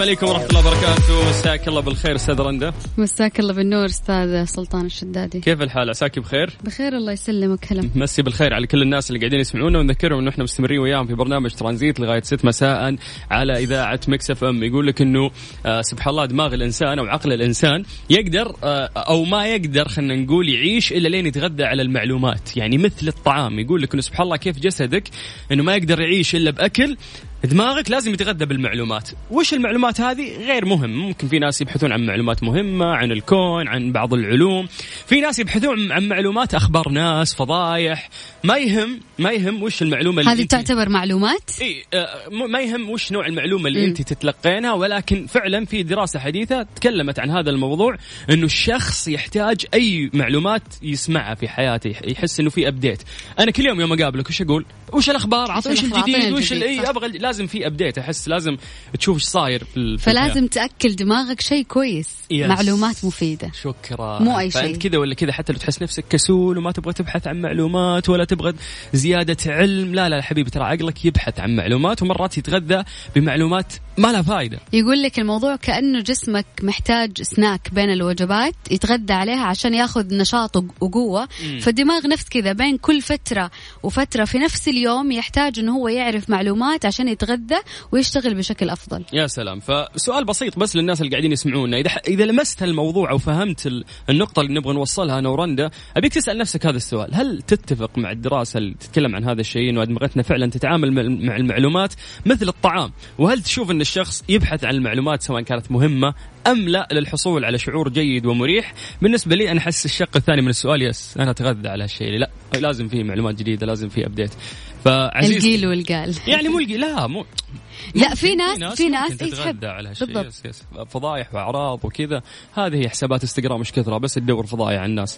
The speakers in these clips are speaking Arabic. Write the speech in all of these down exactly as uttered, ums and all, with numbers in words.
عليكم ورحمة الله وبركاته. مساك الله بالخير أستاذ رندا. مساك الله بالنور أستاذ سلطان الشدادي. كيف الحال؟ عساك بخير؟ بخير الله يسلمك. هلا مسي بالخير على كل الناس اللي قاعدين يسمعونا، ونذكرهم إنه إحنا مستمرين وياهم في برنامج ترانزيت لغاية ست مساء على إذاعة ميكس اف ام. يقول لك إنه آه سبحان الله دماغ الإنسان أو عقل الإنسان يقدر آه أو ما يقدر خلنا نقول يعيش إلا لين يتغذى على المعلومات، يعني مثل الطعام. يقول لك إنه سبحان الله كيف جسدك إنه ما يقدر يعيش إلا بأكل، دماغك لازم يتغذى بالمعلومات. وش المعلومات هذه؟ غير مهم. ممكن في ناس يبحثون عن معلومات مهمة عن الكون، عن بعض العلوم. في ناس يبحثون عن معلومات أخبار ناس، فضايح. ما يهم ما يهم وش المعلومة اللي هذه تعتبر معلومات؟ إيه ما يهم وش نوع المعلومة اللي م. أنت تتلقينها، ولكن فعلا في دراسة حديثة تكلمت عن هذا الموضوع، إنه الشخص يحتاج أي معلومات يسمعها في حياته، يحس إنه في أبديت. أنا كل يوم يوم أقابلك وش أقول؟ وش الأخبار؟ عطني وش الجديد؟ وش الإيه أبغى؟ لازم في أبديت. أحس لازم تشوف إيش صاير في فلازم تأكل دماغك شيء كويس، يس. معلومات مفيدة. شكرا. مو أي شيء. فأنت كذا ولا كذا، حتى لو تحس نفسك كسول وما تبغى تبحث عن معلومات ولا تبغى زيادة علم، لا لا يا حبيبي، ترى عقلك يبحث عن معلومات، ومرات يتغذى بمعلومات ما لها فايدة. يقول لك الموضوع كأنه جسمك محتاج سناك بين الوجبات يتغذى عليها عشان ياخذ نشاط وقوة. م. فالدماغ نفس كذا، بين كل فترة وفترة في نفس اليوم يحتاج إنه هو يعرف معلومات عشان يتغذى ويشتغل بشكل أفضل. يا سلام. فسؤال بسيط بس للناس اللي قاعدين يسمعونا، إذا إذا لمست الموضوع أو فهمت النقطة اللي نبغى نوصلها أنا ورندا، أبيك تسأل نفسك هذا السؤال: هل تتفق مع الدراسة اللي تتكلم عن هذا الشيء، إنه أدمغتنا فعلا تتعامل مع المعلومات مثل الطعام؟ وهل تشوف أن الشخص يبحث عن المعلومات سواء كانت مهمة أم لا للحصول على شعور جيد ومريح؟ بالنسبة لي أنا أحس الشق الثاني من السؤال يس، أنا أتغذى على هالشيء، لا لازم فيه معلومات جديدة، لازم فيه أبديت. فعزيز القيل والقال يعني مو القيل، لا مو لا في ناس في ناس تتغذى على هالشيء، يس يس فضايح وأعراض وكذا. هذه هي حسابات انستغرام مش كثرة، بس تدور فضايح عن الناس.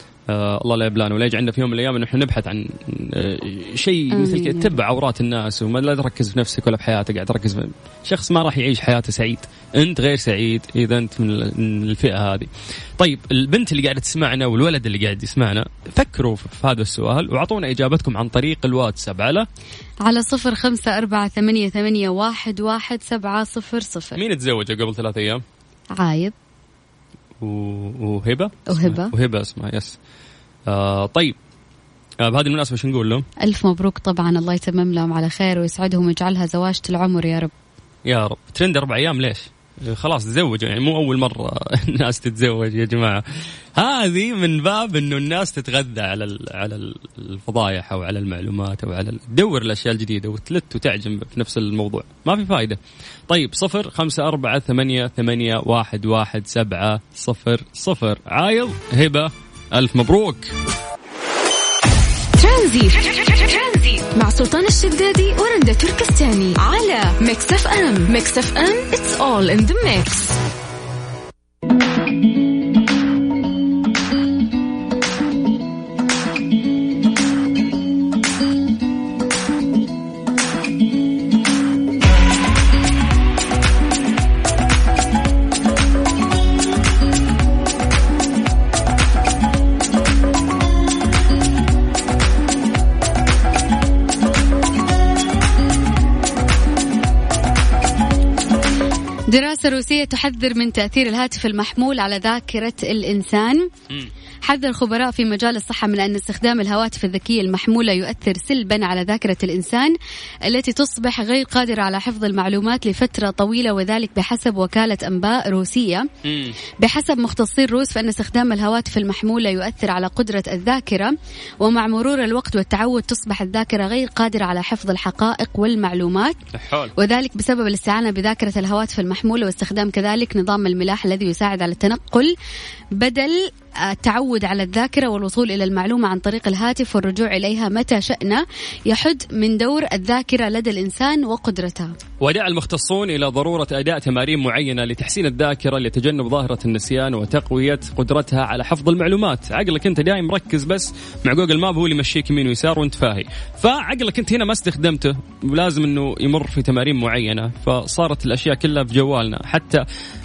آه الله لا يبلان ولا يجعلنا في يوم من الأيام إنه إحنا نبحث عن آه شيء مثل كذا تتبع عورات الناس، وما لا تركز في نفسك ولا بحياتك، قاعد تركز في شخص ما راح يعيش حياته سعيد. أنت غير سعيد إذا أنت من الفئة هذه. طيب البنت اللي قاعدة تسمعنا والولد اللي قاعد يسمعنا، فكروا في هذا السؤال وعطونا إجابتكم عن طريق الواتساب على على صفر خمسة أربعة ثمانية ثمانية واحد واحد سبعة صفر صفر. مين تزوج قبل ثلاثة أيام؟ عايض وهبة وهبة وهبة اسمها يس. آه طيب آه بهذه المناسبة شو نقول لهم؟ ألف مبروك طبعا، الله يتمم لهم على خير ويسعدهم ويجعلها زواجة العمر يا رب يا رب. ترند أربع أيام ليش؟ خلاص تزوجوا، يعني مو أول مرة الناس تتزوج يا جماعة. هذه من باب إنه الناس تتغذى على على الفضايح أو على المعلومات أو على تدور الأشياء الجديدة وتلت وتعجم في نفس الموضوع، ما في فايدة. طيب صفر خمسة أربعة ثمانية ثمانية واحد واحد سبعة صفر صفر. عايض هبة ألف مبروك. ترانزيت مع سلطان الشدادي ورندا تركستاني على ميكس اف ام. ميكس اف ام it's all in the mix. دراسة روسية تحذر من تأثير الهاتف المحمول على ذاكرة الإنسان. حذر خبراء في مجال الصحة من أن استخدام الهواتف الذكية المحمولة يؤثر سلبا على ذاكرة الإنسان التي تصبح غير قادرة على حفظ المعلومات لفترة طويلة، وذلك بحسب وكالة أنباء روسية. بحسب مختصي الروس فإن استخدام الهواتف المحمولة يؤثر على قدرة الذاكرة، ومع مرور الوقت والتعود تصبح الذاكرة غير قادرة على حفظ الحقائق والمعلومات، وذلك بسبب الاستعانة بذاكرة الهواتف المحمولة واستخدام كذلك نظام الملاح الذي يساعد على التنقل بدل التعود على الذاكرة والوصول إلى المعلومة عن طريق الهاتف والرجوع إليها متى شئنا، يحد من دور الذاكرة لدى الإنسان وقدرتها. ودعا المختصون إلى ضرورة أداء تمارين معينة لتحسين الذاكرة لتجنب ظاهرة النسيان وتقوية قدرتها على حفظ المعلومات. عقلك أنت دائم مركز بس مع جوجل ماب، هو اللي يمشيك يمين ويسار وانت فاهي، فعقلك أنت هنا ما استخدمته، ولازم أنه يمر في تمارين معينة، فصارت الأشياء كلها في جوالنا. حتى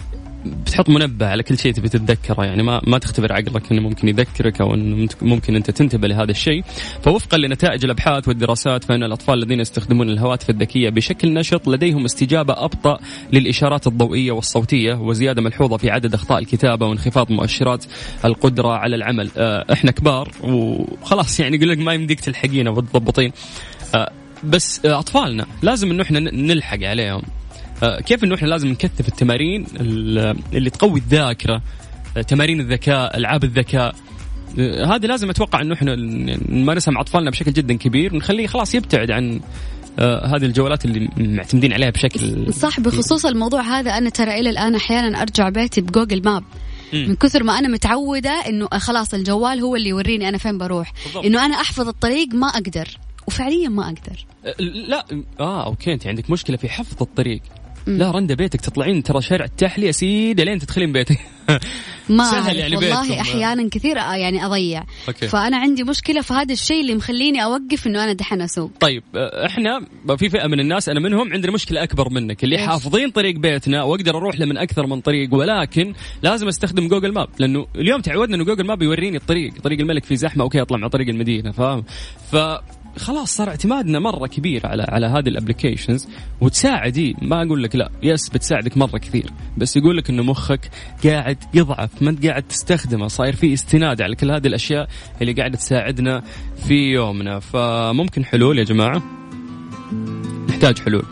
بتحط منبه على كل شيء تبي تتذكره، يعني ما ما تختبر عقلك انه ممكن يذكرك او انه ممكن انت تنتبه لهذا الشيء. فوفقا لنتائج الابحاث والدراسات فان الاطفال الذين يستخدمون الهواتف الذكيه بشكل نشط لديهم استجابه ابطا للاشارات الضوئيه والصوتيه، وزياده ملحوظه في عدد اخطاء الكتابه، وانخفاض مؤشرات القدره على العمل. احنا كبار وخلاص يعني يقول لك ما يمديك تلحقينا وتضبطين، بس اطفالنا لازم انه احنا نلحق عليهم. كيف انه احنا لازم نكثف التمارين اللي تقوي الذاكره، تمارين الذكاء، العاب الذكاء، هذه لازم اتوقع انه احنا نمارسها مع اطفالنا بشكل جدا كبير، ونخليه خلاص يبتعد عن هذه الجوالات اللي معتمدين عليها بشكل صح. بخصوص الموضوع هذا انا ترى الى الان احيانا ارجع بيتي بجوجل ماب من كثر ما أنا متعودة إنه خلاص الجوال هو اللي يوريني أنا فين بروح. بالضبط. إنه أنا أحفظ الطريق ما أقدر، وفعليا ما أقدر. لا آه أوكي أنت عندك مشكلة في حفظ الطريق. م. لا رندا بيتك تطلعين ترى شارع التحلية سيدة لين تدخلين بيتك ما سهل يعني والله بيتكم. أحيانا كثير يعني أضيع. أوكي. فأنا عندي مشكلة، فهذا الشيء اللي مخليني أوقف إنه أنا دحين أسوق. طيب إحنا في فئة من الناس أنا منهم عندنا مشكلة أكبر منك، اللي إيه؟ حافظين طريق بيتنا وأقدر أروح له من أكثر من طريق، ولكن لازم أستخدم جوجل ماب، لأنه اليوم تعودنا إنه جوجل ماب يوريني الطريق، طريق الملك في زحمة أوكي أطلع مع طريق المدينة، فاهم؟ ف خلاص صار اعتمادنا مرة كبير على على هذه الابليكيشنز، وتساعدي ما أقول لك لا يس بتساعدك مرة كثير، بس يقول لك إنه مخك قاعد يضعف، ما أنت قاعد تستخدمه، صاير في استناد على كل هذه الأشياء اللي قاعدة تساعدنا في يومنا. فممكن حلول يا جماعة، نحتاج حلول.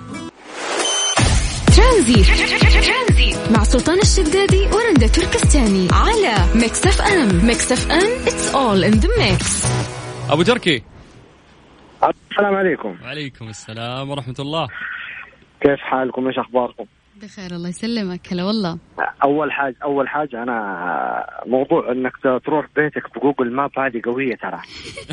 ترانزيت مع سلطان الشدادي ورندا تركستاني على ميكس اف ام. ميكس اف ام it's all in the mix. أبو تركي السلام عليكم. وعليكم السلام ورحمة الله. كيف حالكم؟ ايش اخباركم؟ بخير الله يسلمك. هلا والله. اول حاجه اول حاجه انا موضوع انك تروح بيتك بجوجل ماب هذه قويه ترى.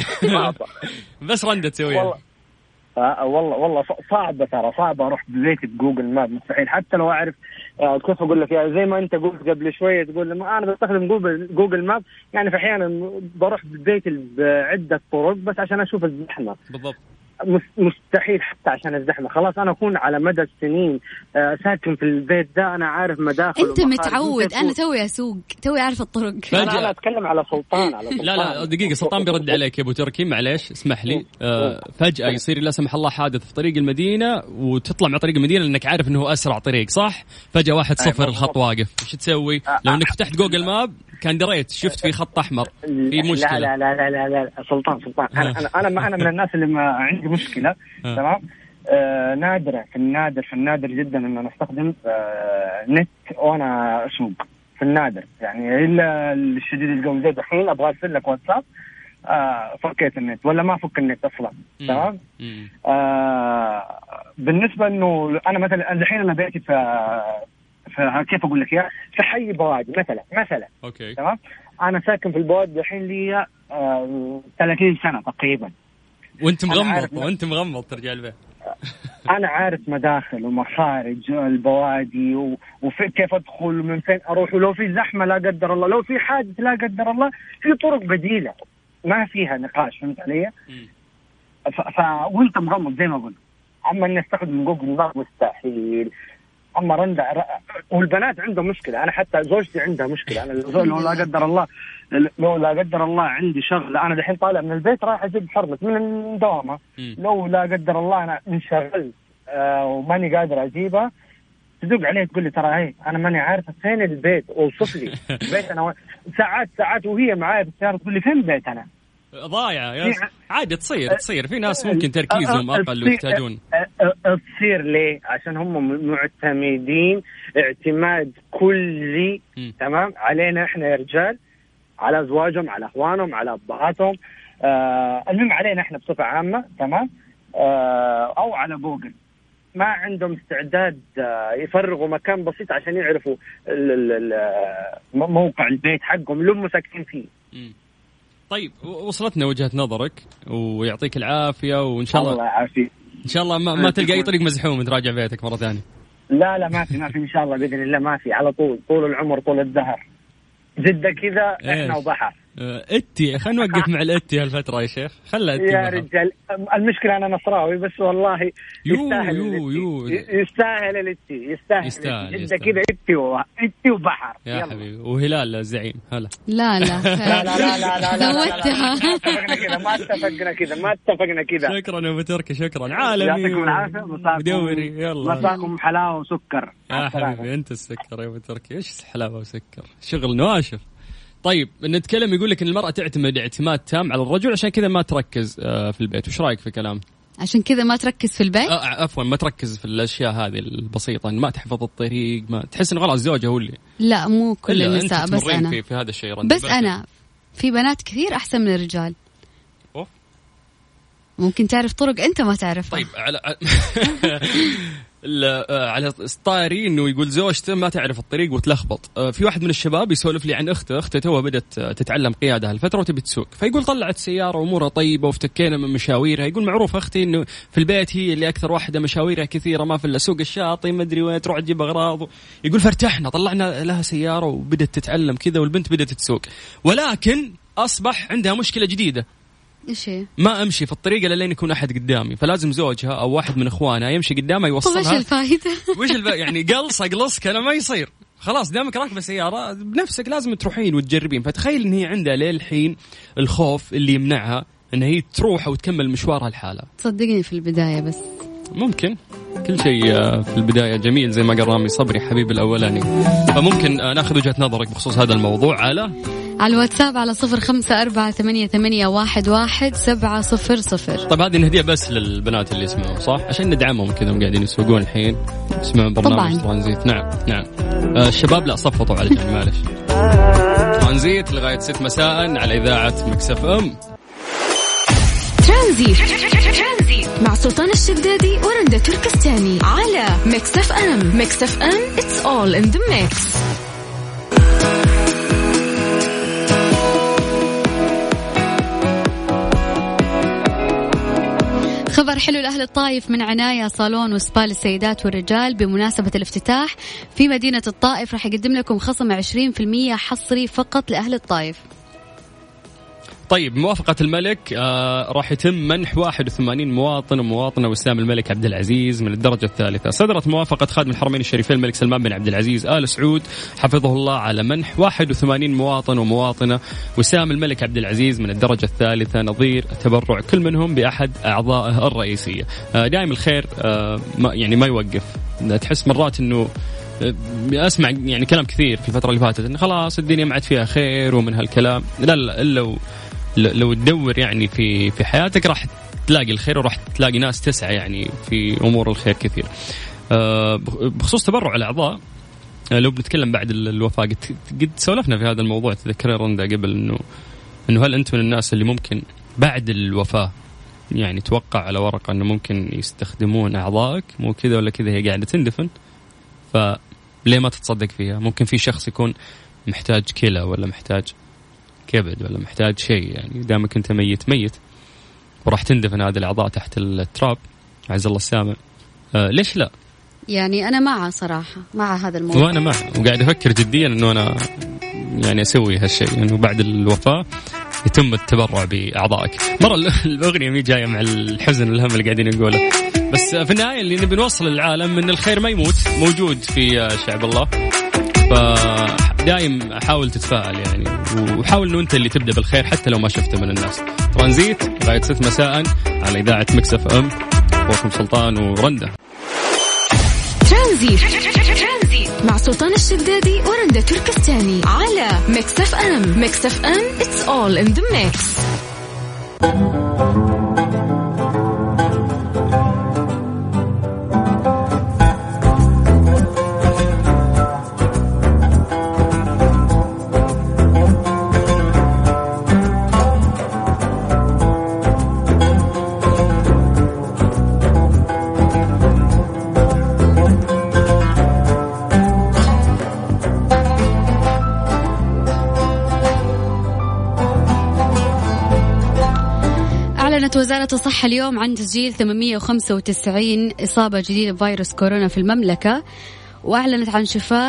بس رندة تسويها والله. آه والله والله صعبه ترى، صعبه اروح ببيتي بجوجل ماب، مستحيل. حتى لو اعرف آه كيف اقول لك يعني، زي ما انت قلت قبل شويه تقول لما انا بستخدم جوجل جوجل ماب يعني في احيانا بروح ببيتي بعده طرق بس عشان اشوف الزحمه. بالضبط. مستحيل حتى عشان الزحمة. خلاص أنا أكون على مدى السنين ساكن في البيت ده، أنا عارف مداخل. أنت متعود، أنا توي أسوق، توي أعرف الطرق. أنا, أنا أتكلم على سلطان على سلطان. لا لا دقيقة، سلطان بيرد عليك يا أبو تركي، معليش اسمح لي. آه فجأة يصير لا سمح الله حادث في طريق المدينة وتطلع مع طريق المدينة لأنك عارف أنه أسرع طريق، صح؟ فجأة واحد صفر الخط واقف، إيش تسوي؟ لو أنك فتحت جوجل ماب كان دريت شفت في خط أحمر في مشكلة. لا لا لا لا لا سلطان سلطان أنا أنا أنا أنا من الناس اللي ما عندي مشكلة. تمام. آه نادرة في النادر في النادر جدا إن أنا أستخدم آه نت وأنا أسوق، في النادر يعني، إلا الشديد القوي زي دحين أبغى أرسل لك واتساب آه فكيت النت ولا ما فك النت أصلا. تمام. آه بالنسبة إنه أنا مثلا دحين أنا بيتي في كيف أقول لك يا في حي بوادي مثلا مثلا. أوكي. تمام. أنا ساكن في البوادي الحين لي آه ثلاثين سنة تقريبا. وانت مغمض وانت مغمض ترجع البيت. انا عارف مداخل ومخارج البوادي و... وفي كيف ادخل ومن فين اروح، ولو في زحمه لا قدر الله، لو في حادث لا قدر الله، في طرق بديله ما فيها نقاش. فهمت علي؟ ف... ف... وانت مغمض زي ما قلت. اما اني استخدم جوجل ماب مستحيل. اما رندا والبنات عندهم مشكله، انا حتى زوجتي عندها مشكله. انا لو لا قدر الله لو لا قدر الله عندي شغله، انا دحين طالع من البيت رايح اجيب حرمه من الدوامه، لو لا قدر الله انا انشغلت آه وماني قادر اجيبها، تدق عليه تقول لي ترى هي انا ماني عارفه فين البيت، اوصف لي البيت. انا ساعات ساعات وهي معايا بالسياره تقول لي فين البيت، انا ضايع يا عادي. تصير تصير في ناس ممكن تركيزهم اقل ويحتاجون. تصير ليه؟ عشان هم معتمدين اعتماد كلي تمام علينا احنا يا رجال، على ازواجهم، على اخوانهم، على ابهاتهم، آه المهم علينا احنا بصفه عامه. تمام. آه او على جوجل. ما عندهم استعداد آه يفرغوا مكان بسيط عشان يعرفوا موقع البيت حقهم اللي هم ساكنين فيه. م. طيب وصلتنا وجهة نظرك ويعطيك العافية، وإن شاء الله الله يعافيك. إن شاء الله ما, ما تلقى أي طريق مزحوم تراجع بيتك مرة ثانية. لا لا ما في ما في إن شاء الله بإذن الله ما في، على طول طول العمر طول الدهر. جدة كذا إحنا وبحر اتي خلينا نوقف مع الاتي هالفترة يا شيخ. خلى اتي يا رجال المشكلة أنا نصراوي بس والله يستاهل يو يو يستاهل الاتي يستاهل, يستاهل جدا كذا اتي اتي وبحر يا يلا. حبيبي وهلال الزعيم هلا لا لا لا لا لا لا لا لا اتفقنا كذا ما اتفقنا كذا ما اتفقنا كذا. شكرا يا أبو تركي شكرا عالمي يعطيكم العافية مدوري يلا مساكم حلاوة وسكر يا حبيبي أنت السكر يا أبو تركي إيش حلاوة وسكر شغل نواشف. طيب نتكلم يقول لك ان المرأة تعتمد اعتماد تام على الرجل عشان كذا ما تركز في البيت. وش رايك في كلام عشان كذا ما تركز في البيت؟ آه عفوا ما تركز في الاشياء هذه البسيطة ما تحفظ الطريق ما تحس ان غلط زوجها هو اللي لا مو كل النساء بس انا في, في هذا الشيء بس انا في بنات كثير احسن من الرجال. أوه. ممكن تعرف طرق انت ما تعرفها. طيب على على ستاري انه يقول زوجته ما تعرف الطريق وتلخبط. في واحد من الشباب يسولف لي عن اخته اخته توها بدت تتعلم قياده هالفتره وتبي تسوق فيقول طلعت سياره وامورها طيبه وافتكينا من مشاويرها. يقول معروف اختي انه في البيت هي اللي اكثر واحده مشاويرها كثيره ما في الا سوق الشاطئ ما ادري وين تروح تجيب اغراض. يقول فارتحنا طلعنا لها سياره وبدت تتعلم كذا والبنت بدت تسوق ولكن اصبح عندها مشكله جديده. إيش هي؟ ما أمشي في الطريق إلا لين يكون أحد قدامي فلازم زوجها أو واحد من إخوانها يمشي قدامها يوصلها. طيب إيش الفائدة؟ وإيش الف... يعني قلص أقلص كلام ما يصير خلاص دامك راكبة سيارة بنفسك لازم تروحين وتجربين. فتخيل إن هي عندها للحين الخوف اللي يمنعها إن هي تروح وتكمل مشوارها الحالة. تصدقني في البداية بس ممكن كل شيء في البداية جميل زي ما قال رامي صبري حبيب الأولاني. فممكن ناخذ وجهة نظرك بخصوص هذا الموضوع على على الواتساب على صفر خمسة أربعة ثمانية ثمانية واحد واحد سبعة صفر صفر. طب هذه نهدية بس للبنات اللي يسمعوا صح عشان ندعمهم كذا قاعدين يسوقون الحين يسمعون برنامج ترانزيت. نعم نعم آه الشباب لا صفطوا على جنب معلش. ترانزيت لغاية ست مساء على إذاعة ميكس اف ام. ترانزيت مع سلطان الشدادي ورندا تركستاني على ميكس اف ام. ميكس اف ام it's all in the mix. خبر حلو لأهل الطائف من عناية صالون وسبا للسيدات والرجال بمناسبة الافتتاح في مدينة الطائف راح يقدم لكم خصم عشرين بالمية حصري فقط لأهل الطائف. طيب موافقة الملك آه راح يتم منح واحد وثمانين مواطن ومواطنة وسام الملك عبد العزيز من الدرجة الثالثة. صدرت موافقة خادم الحرمين الشريفين الملك سلمان بن عبد العزيز آل سعود حفظه الله على منح واحد وثمانين مواطن ومواطنة وسام الملك عبد العزيز من الدرجة الثالثة نظير تبرع كل منهم بأحد أعضائه الرئيسية. آه دائم الخير آه ما يعني ما يوقف. تحس مرات إنه أسمع يعني كلام كثير في الفترة اللي فاتت إن خلاص الدنيا ما عاد فيها خير ومن هالكلام. لا لا إلا لو تدور يعني في في حياتك راح تلاقي الخير وراح تلاقي ناس تسعى يعني في أمور الخير كثير. بخصوص تبرع الأعضاء لو بنتكلم بعد الوفاة قد سولفنا في هذا الموضوع تذكرين رندا قبل إنه إنه هل أنتم من الناس اللي ممكن بعد الوفاة يعني توقع على ورقة إنه ممكن يستخدمون أعضائك مو كذا ولا كذا هي قاعدة تندفن فليه ما تتصدق فيها؟ ممكن في شخص يكون محتاج كلى ولا محتاج كبد ولا محتاج شيء يعني دامك أنت ميت ميت وراح تندفن هذه الأعضاء تحت التراب عز الله السامع. آه ليش لا؟ يعني أنا معه صراحة مع هذا الموضوع وأنا معه وقاعد أفكر جديا إنه أنا يعني أسوي هالشيء إنه يعني بعد الوفاة يتم التبرع بأعضائك. مرة الأغنية مي جاية مع الحزن الهم اللي قاعدين نقوله بس في النهاية اللي نبي نوصل للعالم إن الخير ما يموت موجود في شعب الله. فدايم حاول تتفائل يعني وحاول إنه أنت اللي تبدأ بالخير حتى لو ما شفته من الناس. ترانزيت لغاية ست مساء على إذاعة ميكس اف ام. أخوكم سلطان ورندا. ترانزيت مع سلطان الشدادي ورندا تركستاني على ميكس اف ام. ميكس اف ام it's all in the mix. وزارة الصحة اليوم عن تسجيل ثمانمائة وخمسة وتسعين إصابة جديدة بفيروس كورونا في المملكة وأعلنت عن شفاء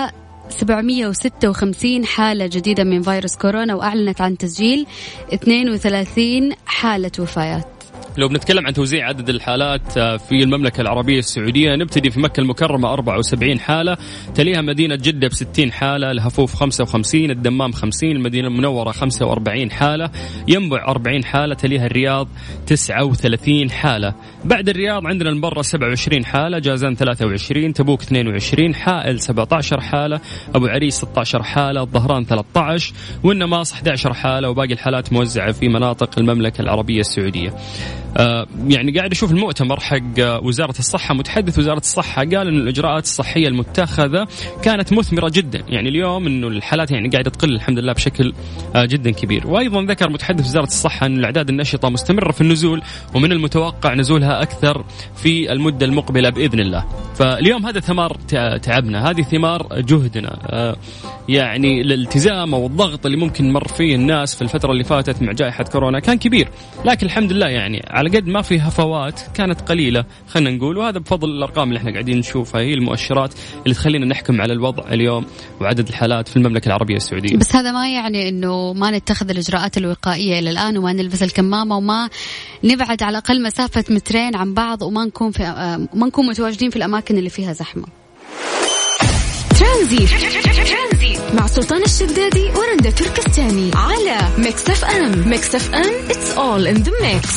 سبعمية وستة وخمسين حالة جديدة من فيروس كورونا، وأعلنت عن تسجيل اثنين وثلاثين حالة وفيات. لو بنتكلم عن توزيع عدد الحالات في المملكة العربية السعودية، نبتدي في مكة المكرمة أربعة وسبعين حالة، تليها مدينة جدة بستين حالة، الهفوف خمسة وخمسين، الدمام خمسين، المدينة المنورة خمسة وأربعين حالة، ينبع أربعين حالة، تليها الرياض تسعة وثلاثين حالة. بعد الرياض عندنا المبرة سبعة وعشرين حالة، جازان ثلاثة وعشرين، تبوك اثنين وعشرين، حائل سبعة عشر حالة، أبو عريس ستة عشر حالة، الظهران ثلاثة عشر، والنماص أحد عشر حالة، وباقي الحالات موزعة في مناطق المملكة العربية السعودية. آه يعني قاعد أشوف المؤتمر حق وزارة الصحة، متحدث وزارة الصحة قال أن الإجراءات الصحية المتخذة كانت مثمرة جدا، يعني اليوم أنه الحالات يعني قاعدة تقل الحمد لله بشكل آه جدا كبير. وأيضا ذكر متحدث وزارة الصحة أن الأعداد النشطة مستمرة في النزول، ومن المتوقع نزولها أكثر في المدة المقبلة بإذن الله. فاليوم هذا ثمار تعبنا، هذه ثمار جهدنا، آه يعني الالتزام والضغط اللي ممكن مر فيه الناس في الفترة اللي فاتت مع جائحة كورونا كان كبير، لكن الحمد لله يعني على قد ما في هفوات كانت قليلة خلنا نقول، وهذا بفضل الأرقام اللي احنا قاعدين نشوفها، هي المؤشرات اللي تخلينا نحكم على الوضع اليوم وعدد الحالات في المملكة العربية السعودية. بس هذا ما يعني إنه ما نتخذ الإجراءات الوقائية إلى الآن، وما نلبس الكمامة، وما نبعد على الأقل مسافة مترين عن بعض، وما نكون في ما نكون متواجدين في الأماكن اللي فيها زحمة. ترانزيت مع سلطان الشدادي ورندا تركستاني على ميكس اف ام. ميكس اف ام it's all in the mix.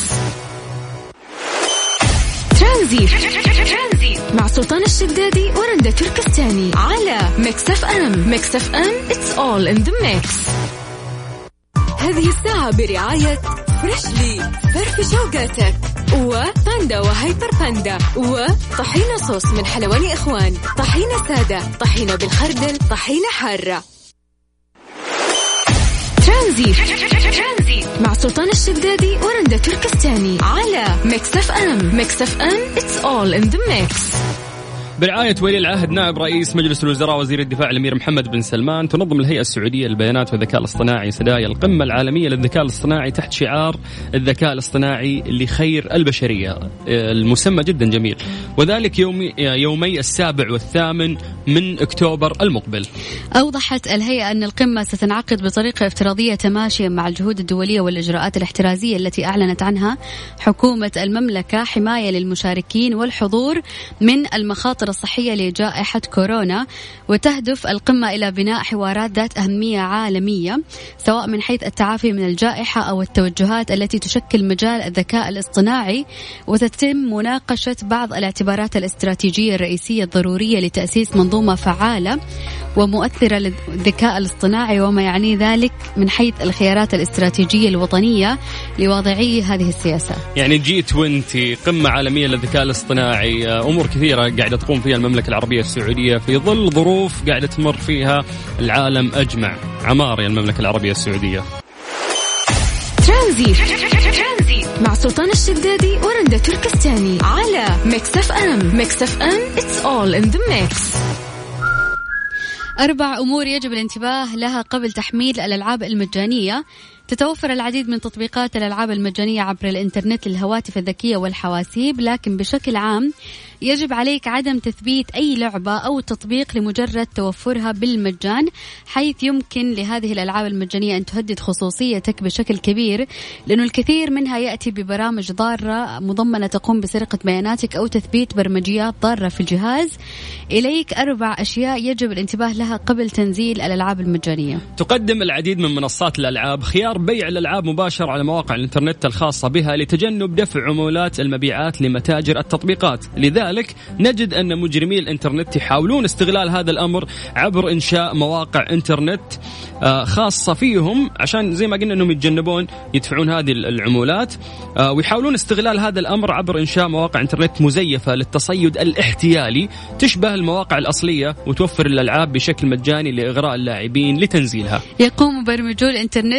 ترانزيت مع سلطان الشدادي ورندا تركستاني على ميكس اف ام. ميكس اف ام it's all in the mix. هذه الساعة برعاية فريشلي فرف شوقاتك، وباندا وهيبر باندا، وطحينة صوص من حلواني إخوان، طحينة سادة، طحينة بالخردل، طحينة حارة. ترانزيت مع سلطان الشدادي ورندا تركستاني على ميكس اف ام. ميكس اف ام it's all in the mix. برعاية ولي العهد نائب رئيس مجلس الوزراء وزير الدفاع الأمير محمد بن سلمان، تنظم الهيئة السعودية للبيانات والذكاء الاصطناعي سدايا القمة العالمية للذكاء الاصطناعي تحت شعار الذكاء الاصطناعي لخير البشرية. المسمى جدا جميل، وذلك يومي يومي السابع والثامن من أكتوبر المقبل. أوضحت الهيئة أن القمة ستنعقد بطريقة افتراضية تماشيا مع الجهود الدولية والإجراءات الاحترازية التي أعلنت عنها حكومة المملكة حماية للمشاركين والحضور من المخاطر الصحية لجائحة كورونا. وتهدف القمة إلى بناء حوارات ذات أهمية عالمية، سواء من حيث التعافي من الجائحة أو التوجهات التي تشكل مجال الذكاء الاصطناعي، وتتم مناقشة بعض الاعتبارات الاستراتيجية الرئيسية الضرورية لتأسيس منظومة فعالة ومؤثرة للذكاء الاصطناعي، وما يعني ذلك من حيث الخيارات الاستراتيجية الوطنية لوضعي هذه السياسة. يعني جي عشرين قمة عالمية للذكاء الاصطناعي، أمور كثيرة قاعدة تقوم فيها المملكة العربية السعودية في ظل ظروف قاعدة تمر فيها العالم أجمع. عمار يا المملكة العربية السعودية. ترانزيت مع سلطان الشدادي ورندا تركستاني على ميكس اف ام. ميكس اف ام it's all in the mix. أربع أمور يجب الانتباه لها قبل تحميل الألعاب المجانية. تتوفر العديد من تطبيقات الألعاب المجانية عبر الإنترنت للهواتف الذكية والحواسيب، لكن بشكل عام يجب عليك عدم تثبيت أي لعبة أو تطبيق لمجرد توفرها بالمجان، حيث يمكن لهذه الألعاب المجانية أن تهدد خصوصيتك بشكل كبير، لأنه الكثير منها يأتي ببرامج ضارة مضمنة تقوم بسرقة بياناتك أو تثبيت برمجيات ضارة في الجهاز. إليك أربع أشياء يجب الانتباه لها قبل تنزيل الألعاب المجانية. تقدم العديد من منصات الألعاب خيار بيع الألعاب مباشر على مواقع الإنترنت الخاصة بها لتجنب دفع عمولات المبيعات لمتاجر التطبيقات. لذلك نجد أن مجرمي الإنترنت يحاولون استغلال هذا الأمر عبر إنشاء مواقع إنترنت خاصة فيهم، عشان زي ما قلنا أنهم يتجنبون يدفعون هذه العمولات، ويحاولون استغلال هذا الأمر عبر إنشاء مواقع إنترنت مزيفة للتصيد الاحتيالي تشبه المواقع الأصلية، وتوفر الألعاب بشكل مجاني لإغراء اللاعبين لتنزيلها. يقوم مبرمجو الإنترنت بتوزيع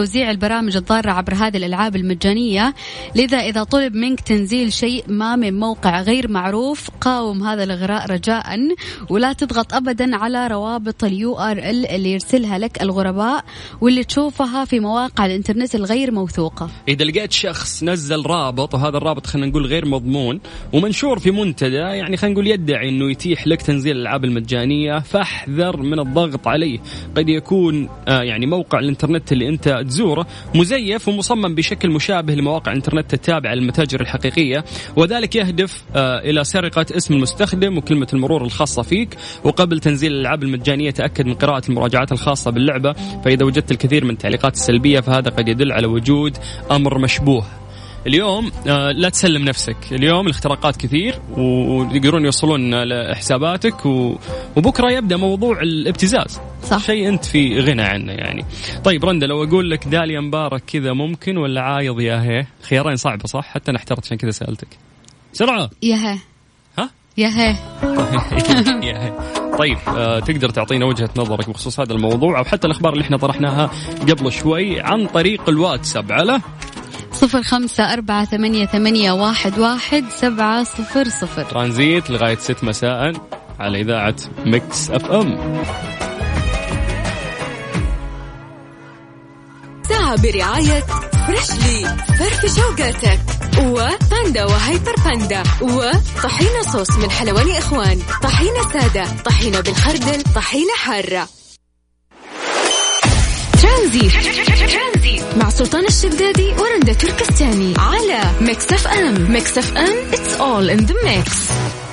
توزيع البرامج الضارة عبر هذه الألعاب المجانية، لذا إذا طلب منك تنزيل شيء ما من موقع غير معروف قاوم هذا الإغراء رجاء، ولا تضغط أبدا على روابط اليو آر ال اللي يرسلها لك الغرباء واللي تشوفها في مواقع الإنترنت الغير موثوقة. إذا لقيت شخص نزل رابط وهذا الرابط خلينا نقول غير مضمون ومنشور في منتدى يعني خلينا نقول يدعي إنه يتيح لك تنزيل الألعاب المجانية، فاحذر من الضغط عليه. قد يكون آه يعني موقع الإنترنت اللي أنت تزوره مزيف ومصمم بشكل مشابه لمواقع الإنترنت التابعة للمتاجر الحقيقية، وذلك يهدف آه إلى سرقة اسم المستخدم وكلمة المرور الخاصة فيك. وقبل تنزيل الألعاب المجانية تأكد من قراءة المراجعات الخاصة باللعبة، فإذا وجدت الكثير من التعليقات السلبية فهذا قد يدل على وجود أمر مشبوه. اليوم آه لا تسلم نفسك، اليوم الاختراقات كثير ويقدرون يوصلون لحساباتك و... وبكرة يبدأ موضوع الابتزاز، صح. شيء أنت في غنى عنه يعني. طيب رندا، لو أقول لك داليا مبارك كذا ممكن ولا عايض يا هي؟ خيارين صعبة صح؟ حتى أنا احترت عشان كذا سألتك بسرعة. يا هي ها؟ يا هي يا هي. طيب آه تقدر تعطينا وجهة نظرك بخصوص هذا الموضوع أو حتى الأخبار اللي احنا طرحناها قبل شوي عن طريق الواتساب على صفر خمسة أربعة ثمانية ثمانية واحد واحد سبعة صفر صفر. ترانزيت لغاية ست مساء على إذاعة ميكس أف أم. ساعة برعاية فريشلي فرف شوقاتك وباندا وهيبر باندا وطحينة صوص من حلواني إخوان، طحينة سادة، طحينة بالخردل، طحينة حارة. ترانزيت مع سلطان الشدادي ورندا تركستاني على ميكس أف أم. ميكس أف أم it's all in the mix.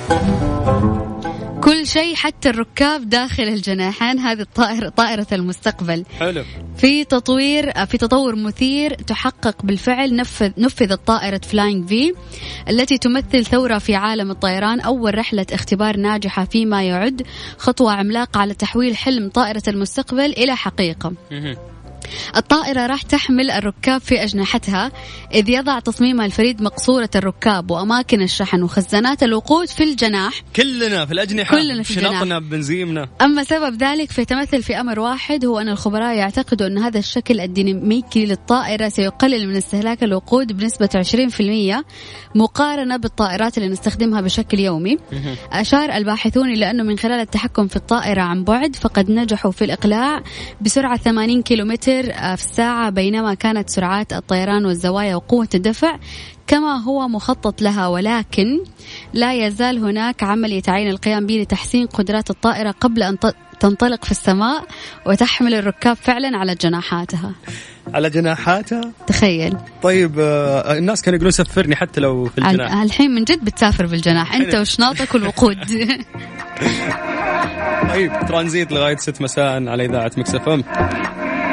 كل شيء حتى الركاب داخل الجناحين، هذه الطائرة طائرة المستقبل. حلو. في تطوير في تطور مثير تحقق بالفعل. نفذ نفذت طائرة فلاينج في التي تمثل ثورة في عالم الطيران، أول رحلة اختبار ناجحة فيما يعد خطوة عملاقة على تحويل حلم طائرة المستقبل إلى حقيقة. الطائرة راح تحمل الركاب في أجنحتها، إذ يضع تصميمها الفريد مقصورة الركاب وأماكن الشحن وخزانات الوقود في الجناح. كلنا في الأجنحة، كلنا في الجناح، شنطنا بنزيمنا. أما سبب ذلك فيتمثل في أمر واحد، هو أن الخبراء يعتقدوا أن هذا الشكل الديناميكي للطائرة سيقلل من استهلاك الوقود بنسبة عشرين بالمئة مقارنة بالطائرات اللي نستخدمها بشكل يومي. أشار الباحثون إلى أنه من خلال التحكم في الطائرة عن بعد فقد نجحوا في الإقلاع بسرعة ثمانين كيلومتر في الساعة، بينما كانت سرعات الطيران والزوايا وقوة الدفع كما هو مخطط لها، ولكن لا يزال هناك عمل يتعين القيام به لتحسين قدرات الطائرة قبل أن تنطلق في السماء وتحمل الركاب فعلا على جناحاتها. على جناحاتها؟ تخيل. طيب آه الناس كانوا يقولون سفرني حتى لو في الجناح. الحين من جد بتسافر بالجناح أنت وشناطك والوقود. طيب ترانزيت لغاية ست مساء على إذاعة ميكس أف أم.